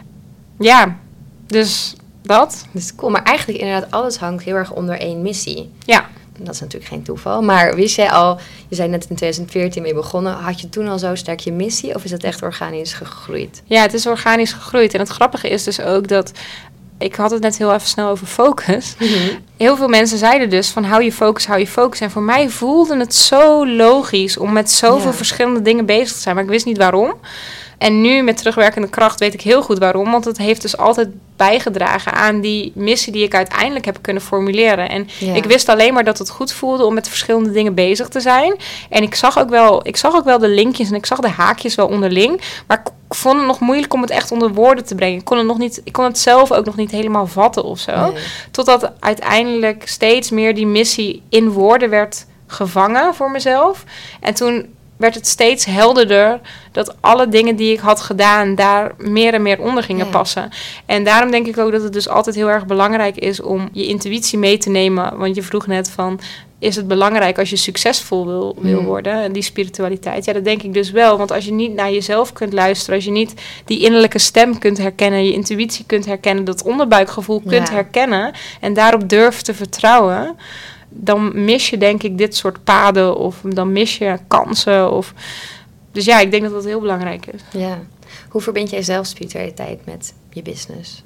Speaker 1: Ja, dus dat.
Speaker 2: Dus cool, maar eigenlijk inderdaad alles hangt heel erg onder één missie.
Speaker 1: Ja.
Speaker 2: Dat is natuurlijk geen toeval. Maar wist jij al, je zei net in 2014 mee begonnen, had je toen al zo sterk je missie of is dat echt organisch gegroeid?
Speaker 1: Ja, het is organisch gegroeid. En het grappige is dus ook dat, ik had het net heel even snel over focus. Heel veel mensen zeiden dus van hou je focus. En voor mij voelde het zo logisch om met zoveel verschillende dingen bezig te zijn. Maar ik wist niet waarom. En nu met terugwerkende kracht weet ik heel goed waarom. Want het heeft dus altijd bijgedragen aan die missie die ik uiteindelijk heb kunnen formuleren. En ik wist alleen maar dat het goed voelde om met verschillende dingen bezig te zijn. En ik zag ook wel de linkjes en ik zag de haakjes wel onderling. Maar ik vond het nog moeilijk om het echt onder woorden te brengen. Ik kon het zelf ook nog niet helemaal vatten of zo. Nee. Totdat uiteindelijk steeds meer die missie in woorden werd gevangen voor mezelf. En toen werd het steeds helderder dat alle dingen die ik had gedaan daar meer en meer onder gingen passen. En daarom denk ik ook dat het dus altijd heel erg belangrijk is om je intuïtie mee te nemen. Want je vroeg net van, is het belangrijk als je succesvol wil worden? En die spiritualiteit. Ja, dat denk ik dus wel. Want als je niet naar jezelf kunt luisteren, als je niet die innerlijke stem kunt herkennen, je intuïtie kunt herkennen, dat onderbuikgevoel kunt herkennen en daarop durft te vertrouwen, dan mis je denk ik dit soort paden of dan mis je kansen. Dus ja, ik denk dat dat heel belangrijk is.
Speaker 2: Ja. Hoe verbind jij zelf spiritualiteit met je business?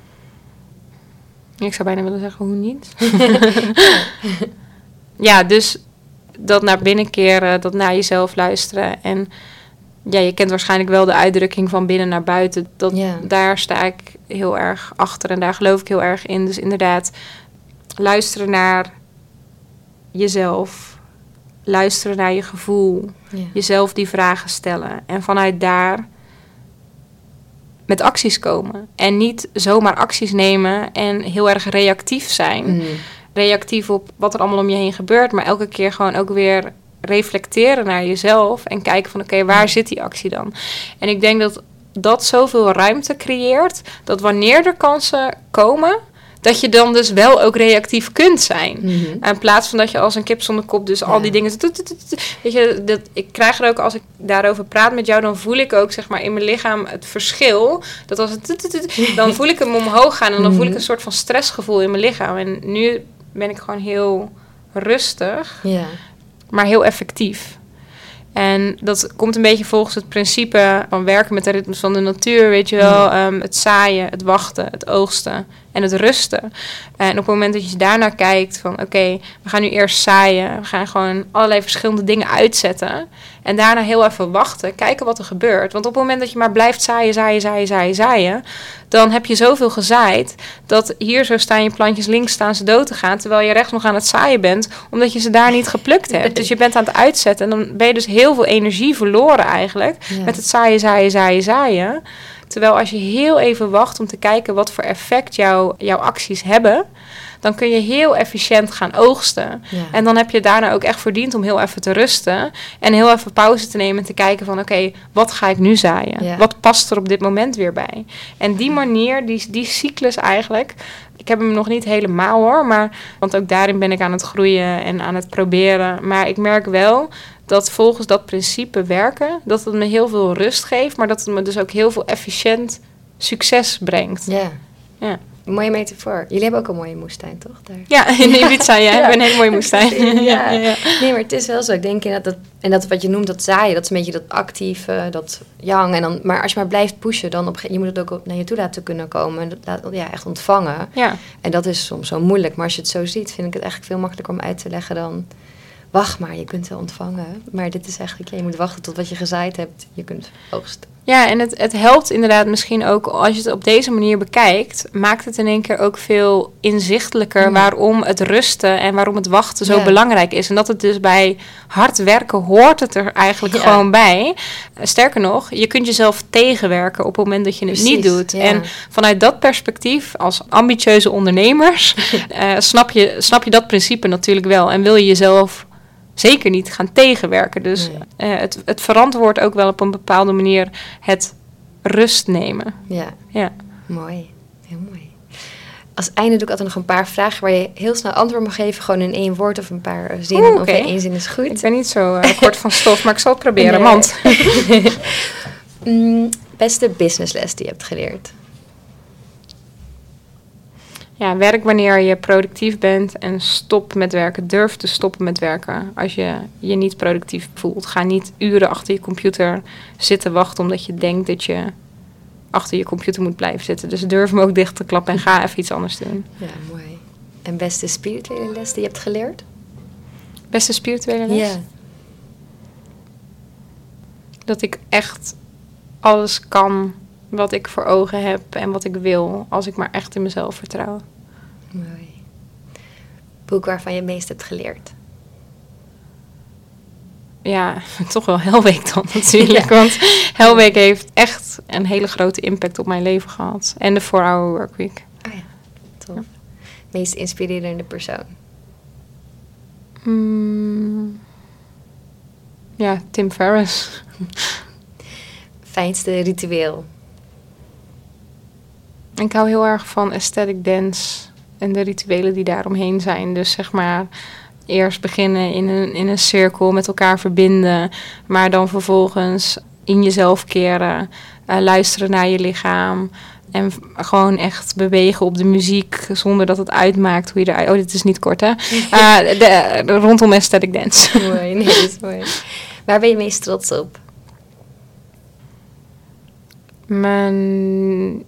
Speaker 1: Ik zou bijna willen zeggen, hoe niet? Ja, dus dat naar binnen keren, dat naar jezelf luisteren. En ja, je kent waarschijnlijk wel de uitdrukking van binnen naar buiten. Daar sta ik heel erg achter en daar geloof ik heel erg in. Dus inderdaad, luisteren naar jezelf, luisteren naar je gevoel, jezelf die vragen stellen en vanuit daar met acties komen. En niet zomaar acties nemen en heel erg reactief zijn. Reactief op wat er allemaal om je heen gebeurt, maar elke keer gewoon ook weer reflecteren naar jezelf en kijken van oké, waar zit die actie dan? En ik denk dat dat zoveel ruimte creëert, dat wanneer er kansen komen, dat je dan dus wel ook reactief kunt zijn. In plaats van dat je als een kip zonder kop dus al die dingen... Weet je, ik krijg er ook, als ik daarover praat met jou, dan voel ik ook zeg maar in mijn lichaam het verschil. Dat als het... Dan voel ik hem omhoog gaan en dan voel ik een soort van stressgevoel in mijn lichaam. En nu ben ik gewoon heel rustig, maar heel effectief. En dat komt een beetje volgens het principe van werken met de ritmes van de natuur, weet je wel. Het zaaien, het wachten, het oogsten en het rusten. En op het moment dat je daarnaar kijkt van oké, we gaan nu eerst zaaien. We gaan gewoon allerlei verschillende dingen uitzetten. En daarna heel even wachten, kijken wat er gebeurt. Want op het moment dat je maar blijft zaaien, dan heb je zoveel gezaaid dat hier zo staan je plantjes, links staan ze dood te gaan, terwijl je rechts nog aan het zaaien bent, omdat je ze daar niet geplukt hebt. Dus je bent aan het uitzetten en dan ben je dus heel veel energie verloren eigenlijk met het zaaien. Terwijl als je heel even wacht om te kijken wat voor effect jouw acties hebben, dan kun je heel efficiënt gaan oogsten. Ja. En dan heb je daarna ook echt verdiend om heel even te rusten en heel even pauze te nemen en te kijken van oké, wat ga ik nu zaaien? Ja. Wat past er op dit moment weer bij? En die manier, die cyclus eigenlijk, ik heb hem nog niet helemaal hoor, want ook daarin ben ik aan het groeien en aan het proberen. Maar ik merk wel dat volgens dat principe werken, dat het me heel veel rust geeft, maar dat het me dus ook heel veel efficiënt succes brengt. Ja.
Speaker 2: Mooie metafoor. Jullie hebben ook een mooie moestuin, toch? Daar.
Speaker 1: Ja, in Ibiza, ja. We hebben een hele mooie moestuin.
Speaker 2: Ja. Nee, maar het is wel zo. Ik denk dat wat je noemt, dat zaaien, dat is een beetje dat actieve, dat yang. En dan, maar als je maar blijft pushen, dan je moet het ook naar je toe laten kunnen komen. En dat echt ontvangen. Ja. En dat is soms zo moeilijk. Maar als je het zo ziet, vind ik het eigenlijk veel makkelijker om uit te leggen dan wacht maar, je kunt wel ontvangen. Maar dit is eigenlijk, je moet wachten tot wat je gezaaid hebt, je kunt oogsten.
Speaker 1: Ja, en het helpt inderdaad misschien ook, als je het op deze manier bekijkt, maakt het in één keer ook veel inzichtelijker waarom het rusten en waarom het wachten zo belangrijk is. En dat het dus bij hard werken hoort het er eigenlijk gewoon bij. Sterker nog, je kunt jezelf tegenwerken op het moment dat je het niet doet. Ja. En vanuit dat perspectief, als ambitieuze ondernemers, snap je dat principe natuurlijk wel. En wil je jezelf zeker niet gaan tegenwerken. Dus het verantwoordt ook wel op een bepaalde manier het rust nemen.
Speaker 2: Ja. Mooi. Heel mooi. Als einde doe ik altijd nog een paar vragen waar je heel snel antwoord mag geven. Gewoon in 1 woord of een paar zinnen. Of 1 zin is goed.
Speaker 1: Ik ben niet zo kort van stof, maar ik zal het proberen. Want
Speaker 2: beste businessles die je hebt geleerd?
Speaker 1: Ja, werk wanneer je productief bent en stop met werken. Durf te stoppen met werken als je je niet productief voelt. Ga niet uren achter je computer zitten wachten omdat je denkt dat je achter je computer moet blijven zitten. Dus durf hem ook dicht te klappen en ga even iets anders doen.
Speaker 2: Ja, mooi. En beste spirituele les die je hebt geleerd?
Speaker 1: Beste spirituele les?
Speaker 2: Ja.
Speaker 1: Dat ik echt alles kan wat ik voor ogen heb en wat ik wil, als ik maar echt in mezelf vertrouw.
Speaker 2: Mooi. Boek waarvan je het meest hebt geleerd?
Speaker 1: Ja, toch wel Hellweek dan natuurlijk. Want Hellweek heeft echt een hele grote impact op mijn leven gehad. En de 4-Hour Workweek.
Speaker 2: Oh ja, tof. Ja. Meest inspirerende persoon?
Speaker 1: Ja, Tim Ferriss.
Speaker 2: Fijnste ritueel?
Speaker 1: Ik hou heel erg van aesthetic dance en de rituelen die daaromheen zijn. Dus zeg maar eerst beginnen in een cirkel, met elkaar verbinden, maar dan vervolgens in jezelf keren, luisteren naar je lichaam en gewoon echt bewegen op de muziek zonder dat het uitmaakt hoe je eruit... Oh, dit is niet kort, hè? Rondom aesthetic dance.
Speaker 2: Mooi, nee, dat is mooi. Waar ben je meest trots op?
Speaker 1: Mijn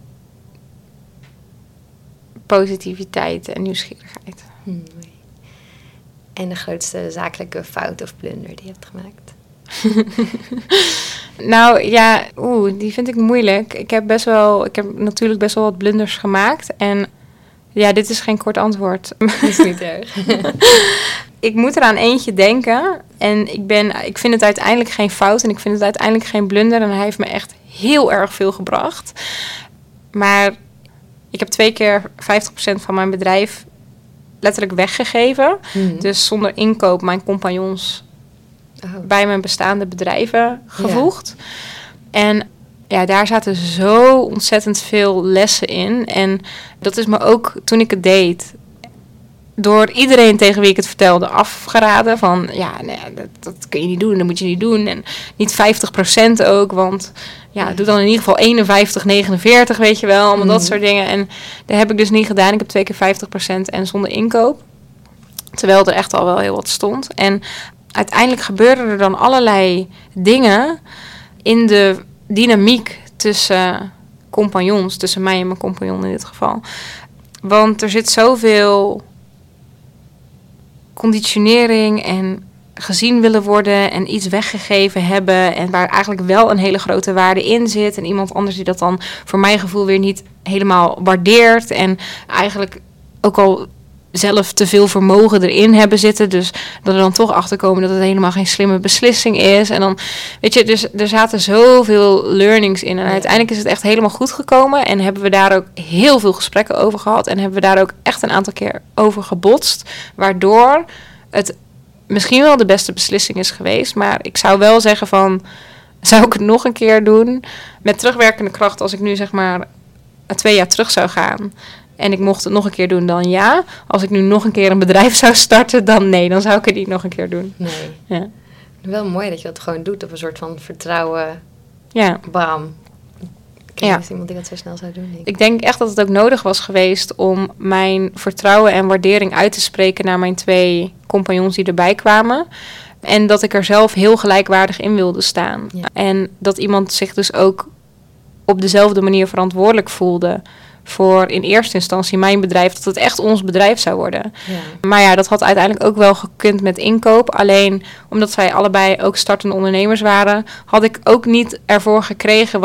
Speaker 1: positiviteit en nieuwsgierigheid.
Speaker 2: Mooi. En de grootste zakelijke fout of blunder die je hebt gemaakt?
Speaker 1: Nou ja, die vind ik moeilijk. Ik heb natuurlijk best wel wat blunders gemaakt. En ja, dit is geen kort antwoord.
Speaker 2: Dat is niet erg.
Speaker 1: Ik moet er aan eentje denken. En ik vind het uiteindelijk geen fout. En ik vind het uiteindelijk geen blunder. En hij heeft me echt heel erg veel gebracht. Maar ik heb 2 keer 50% van mijn bedrijf letterlijk weggegeven. Dus zonder inkoop mijn compagnons bij mijn bestaande bedrijven gevoegd. Ja. En ja, daar zaten zo ontzettend veel lessen in. En dat is me ook, toen ik het deed, door iedereen tegen wie ik het vertelde afgeraden. Van, ja, nee, dat kun je niet doen, dat moet je niet doen. En niet 50% ook, want ja, doe dan in ieder geval 51, 49, weet je wel. Allemaal dat soort dingen. En dat heb ik dus niet gedaan. Ik heb 2 keer 50% en zonder inkoop. Terwijl er echt al wel heel wat stond. En uiteindelijk gebeurden er dan allerlei dingen in de dynamiek tussen compagnons, tussen mij en mijn compagnon in dit geval. Want er zit zoveel conditionering en gezien willen worden en iets weggegeven hebben en waar eigenlijk wel een hele grote waarde in zit en iemand anders die dat dan voor mijn gevoel weer niet helemaal waardeert en eigenlijk ook al zelf te veel vermogen erin hebben zitten, dus dat er dan toch achterkomen dat het helemaal geen slimme beslissing is en dan, weet je, dus er zaten zoveel learnings in en uiteindelijk is het echt helemaal goed gekomen en hebben we daar ook heel veel gesprekken over gehad en hebben we daar ook echt een aantal keer over gebotst, waardoor het misschien wel de beste beslissing is geweest. Maar ik zou wel zeggen van, zou ik het nog een keer doen? Met terugwerkende kracht, als ik nu zeg maar 2 jaar terug zou gaan en ik mocht het nog een keer doen, dan ja. Als ik nu nog een keer een bedrijf zou starten, dan nee. Dan zou ik het niet nog een keer doen.
Speaker 2: Nee.
Speaker 1: Ja.
Speaker 2: Wel mooi dat je dat gewoon doet op een soort van vertrouwen.
Speaker 1: Ja.
Speaker 2: Bam. Ik weet niet iemand die dat zo snel zou doen.
Speaker 1: Ik denk echt dat het ook nodig was geweest om mijn vertrouwen en waardering uit te spreken naar mijn 2 compagnons die erbij kwamen. En dat ik er zelf heel gelijkwaardig in wilde staan. Ja. En dat iemand zich dus ook op dezelfde manier verantwoordelijk voelde voor in eerste instantie mijn bedrijf, dat het echt ons bedrijf zou worden. Ja. Maar ja, dat had uiteindelijk ook wel gekund met inkoop. Alleen omdat zij allebei ook startende ondernemers waren, had ik ook niet ervoor gekregen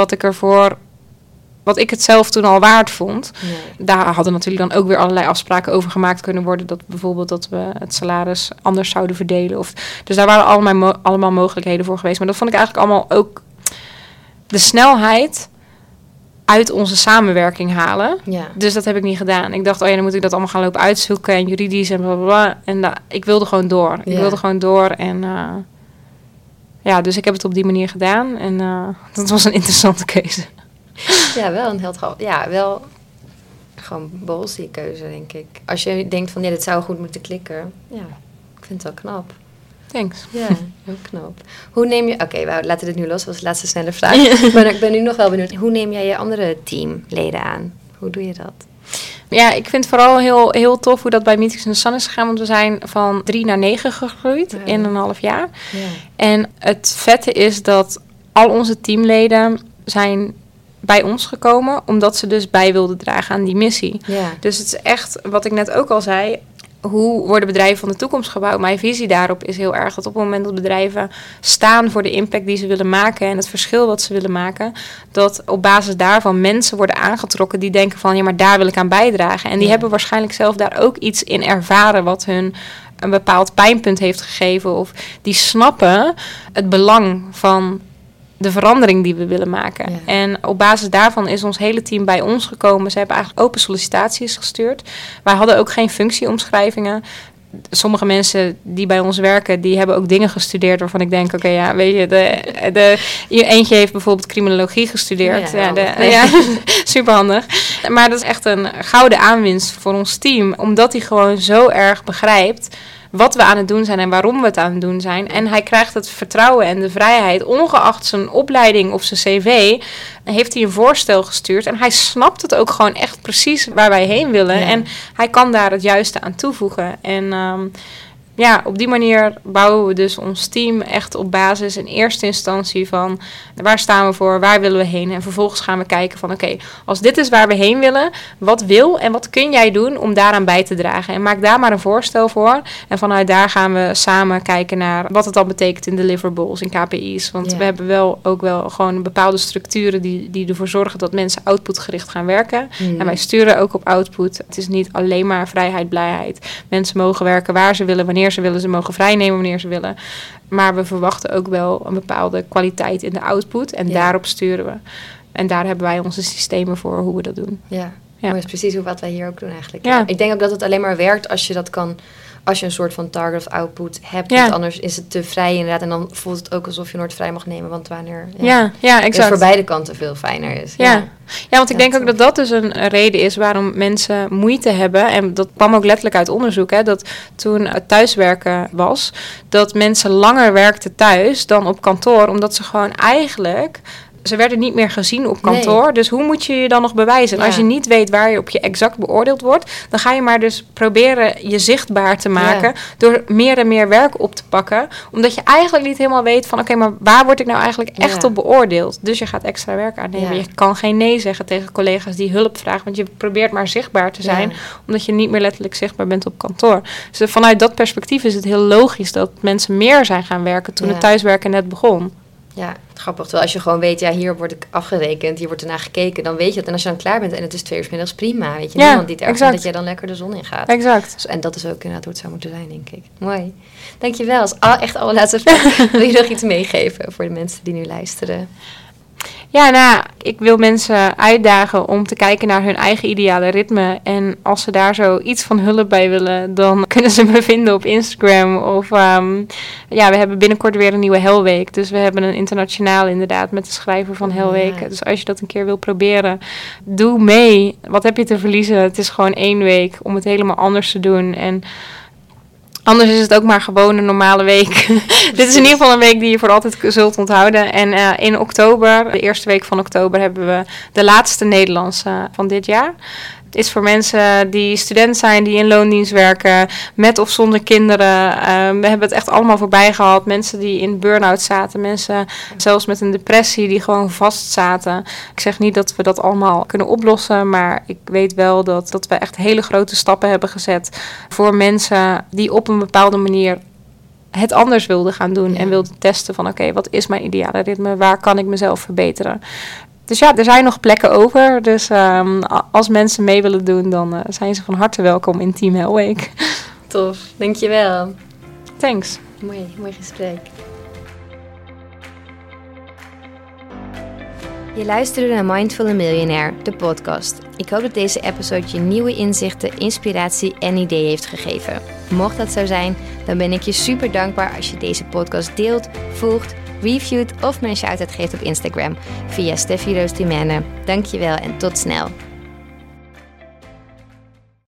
Speaker 1: wat ik het zelf toen al waard vond. Nee. Daar hadden natuurlijk dan ook weer allerlei afspraken over gemaakt kunnen worden. Dat bijvoorbeeld dat we het salaris anders zouden verdelen. Dus daar waren allemaal mogelijkheden voor geweest. Maar dat vond ik eigenlijk allemaal ook de snelheid uit onze samenwerking halen. Ja. Dus dat heb ik niet gedaan. Ik dacht, dan moet ik dat allemaal gaan lopen uitzoeken en juridisch en blablabla. En ik wilde gewoon door. Ik wilde gewoon door en dus ik heb het op die manier gedaan. En dat was een interessante keuze.
Speaker 2: Ja, wel een heel wel gewoon bolsy keuze, denk ik. Als je denkt van, dit zou goed moeten klikken. Ja, ik vind het wel knap.
Speaker 1: Thanks.
Speaker 2: Ja, heel knap. Hoe neem je... Oké, we laten dit nu los. Dat was de laatste snelle vraag. Maar ik ben nu nog wel benieuwd. Hoe neem jij je andere teamleden aan? Hoe doe je dat?
Speaker 1: Ja, ik vind vooral heel, heel tof hoe dat bij Meetings in the Sun is gegaan. Want we zijn van 3 naar 9 gegroeid in een half jaar. Ja. En het vette is dat al onze teamleden zijn bij ons gekomen, omdat ze dus bij wilden dragen aan die missie. Ja. Dus het is echt, wat ik net ook al zei, hoe worden bedrijven van de toekomst gebouwd? Mijn visie daarop is heel erg dat op het moment dat bedrijven staan voor de impact die ze willen maken en het verschil wat ze willen maken, dat op basis daarvan mensen worden aangetrokken die denken van, ja, maar daar wil ik aan bijdragen. En die hebben waarschijnlijk zelf daar ook iets in ervaren wat hun een bepaald pijnpunt heeft gegeven, of die snappen het belang van de verandering die we willen maken. Ja. En op basis daarvan is ons hele team bij ons gekomen. Ze hebben eigenlijk open sollicitaties gestuurd. Wij hadden ook geen functieomschrijvingen. Sommige mensen die bij ons werken, die hebben ook dingen gestudeerd waarvan ik denk, oké, weet je, eentje heeft bijvoorbeeld criminologie gestudeerd. Ja, superhandig. Maar dat is echt een gouden aanwinst voor ons team, omdat hij gewoon zo erg begrijpt wat we aan het doen zijn en waarom we het aan het doen zijn. En hij krijgt het vertrouwen en de vrijheid, ongeacht zijn opleiding of zijn cv, heeft hij een voorstel gestuurd. En hij snapt het ook gewoon echt precies waar wij heen willen. Ja. En hij kan daar het juiste aan toevoegen. En op die manier bouwen we dus ons team echt op basis in eerste instantie van waar staan we voor, waar willen we heen. En vervolgens gaan we kijken van oké, als dit is waar we heen willen, wat wil en wat kun jij doen om daaraan bij te dragen. En maak daar maar een voorstel voor. En vanuit daar gaan we samen kijken naar wat het dan betekent in deliverables, in KPI's. Want we hebben ook wel gewoon bepaalde structuren die ervoor zorgen dat mensen outputgericht gaan werken. En wij sturen ook op output. Het is niet alleen maar vrijheid, blijheid. Mensen mogen werken waar ze willen, wanneer ze willen. Ze mogen vrijnemen wanneer ze willen. Maar we verwachten ook wel een bepaalde kwaliteit in de output. En daarop sturen we. En daar hebben wij onze systemen voor hoe we dat doen. Ja,
Speaker 2: maar dat is precies wat wij hier ook doen eigenlijk. Ja. Ik denk ook dat het alleen maar werkt als je dat kan, als je een soort van target of output hebt. Want anders is het te vrij inderdaad. En dan voelt het ook alsof je nooit vrij mag nemen. Want wanneer exact. Het voor beide kanten veel fijner is.
Speaker 1: Ja, want ik denk ook dat dat dus een reden is waarom mensen moeite hebben. En dat kwam ook letterlijk uit onderzoek. Hè, dat toen het thuiswerken was, dat mensen langer werkten thuis dan op kantoor. Omdat ze gewoon eigenlijk ze werden niet meer gezien op kantoor. Nee. Dus hoe moet je je dan nog bewijzen? En als je niet weet waar je op je exact beoordeeld wordt, dan ga je maar dus proberen je zichtbaar te maken door meer en meer werk op te pakken. Omdat je eigenlijk niet helemaal weet van oké, maar waar word ik nou eigenlijk echt op beoordeeld? Dus je gaat extra werk aannemen. Ja. Je kan geen nee zeggen tegen collega's die hulp vragen, want je probeert maar zichtbaar te zijn, omdat je niet meer letterlijk zichtbaar bent op kantoor. Dus vanuit dat perspectief is het heel logisch dat mensen meer zijn gaan werken toen het thuiswerken net begon.
Speaker 2: Ja, grappig. Terwijl als je gewoon weet, hier word ik afgerekend, hier wordt ernaar gekeken, dan weet je het. En als je dan klaar bent en het is 2 uur 's middags, prima. Weet je, niemand die het erg vindt dat jij dan lekker de zon in gaat.
Speaker 1: Exact.
Speaker 2: Dus, en dat is ook inderdaad hoe het zou moeten zijn, denk ik. Mooi. Dankjewel. Als echt allerlaatste vraag, wil je nog iets meegeven voor de mensen die nu luisteren?
Speaker 1: Ja, ik wil mensen uitdagen om te kijken naar hun eigen ideale ritme. En als ze daar zo iets van hulp bij willen, dan kunnen ze me vinden op Instagram. Of we hebben binnenkort weer een nieuwe Helweek. Dus we hebben een internationaal inderdaad met de schrijver van Helweek. Ja. Dus als je dat een keer wil proberen, doe mee. Wat heb je te verliezen? Het is gewoon 1 week om het helemaal anders te doen. En anders is het ook maar gewoon een normale week. Dit is in ieder geval een week die je voor altijd zult onthouden. En in oktober, de eerste week van oktober, hebben we de laatste Nederlandse van dit jaar. Het is voor mensen die student zijn, die in loondienst werken, met of zonder kinderen. We hebben het echt allemaal voorbij gehad. Mensen die in burn-out zaten, mensen zelfs met een depressie die gewoon vast zaten. Ik zeg niet dat we dat allemaal kunnen oplossen, maar ik weet wel dat we echt hele grote stappen hebben gezet voor mensen die op een bepaalde manier het anders wilden gaan doen en wilden testen van oké, wat is mijn ideale ritme? Waar kan ik mezelf verbeteren? Dus ja, er zijn nog plekken over. Dus als mensen mee willen doen, dan zijn ze van harte welkom in Team Helweek.
Speaker 2: Tof, dankjewel.
Speaker 1: Thanks.
Speaker 2: Mooi gesprek. Je luisterde naar Mindful & Millionaire, de podcast. Ik hoop dat deze episode je nieuwe inzichten, inspiratie en ideeën heeft gegeven. Mocht dat zo zijn, dan ben ik je super dankbaar als je deze podcast deelt, volgt, reviewt of me een shout-out geeft op Instagram via Steffi Roos Dimene. Dankjewel en tot snel.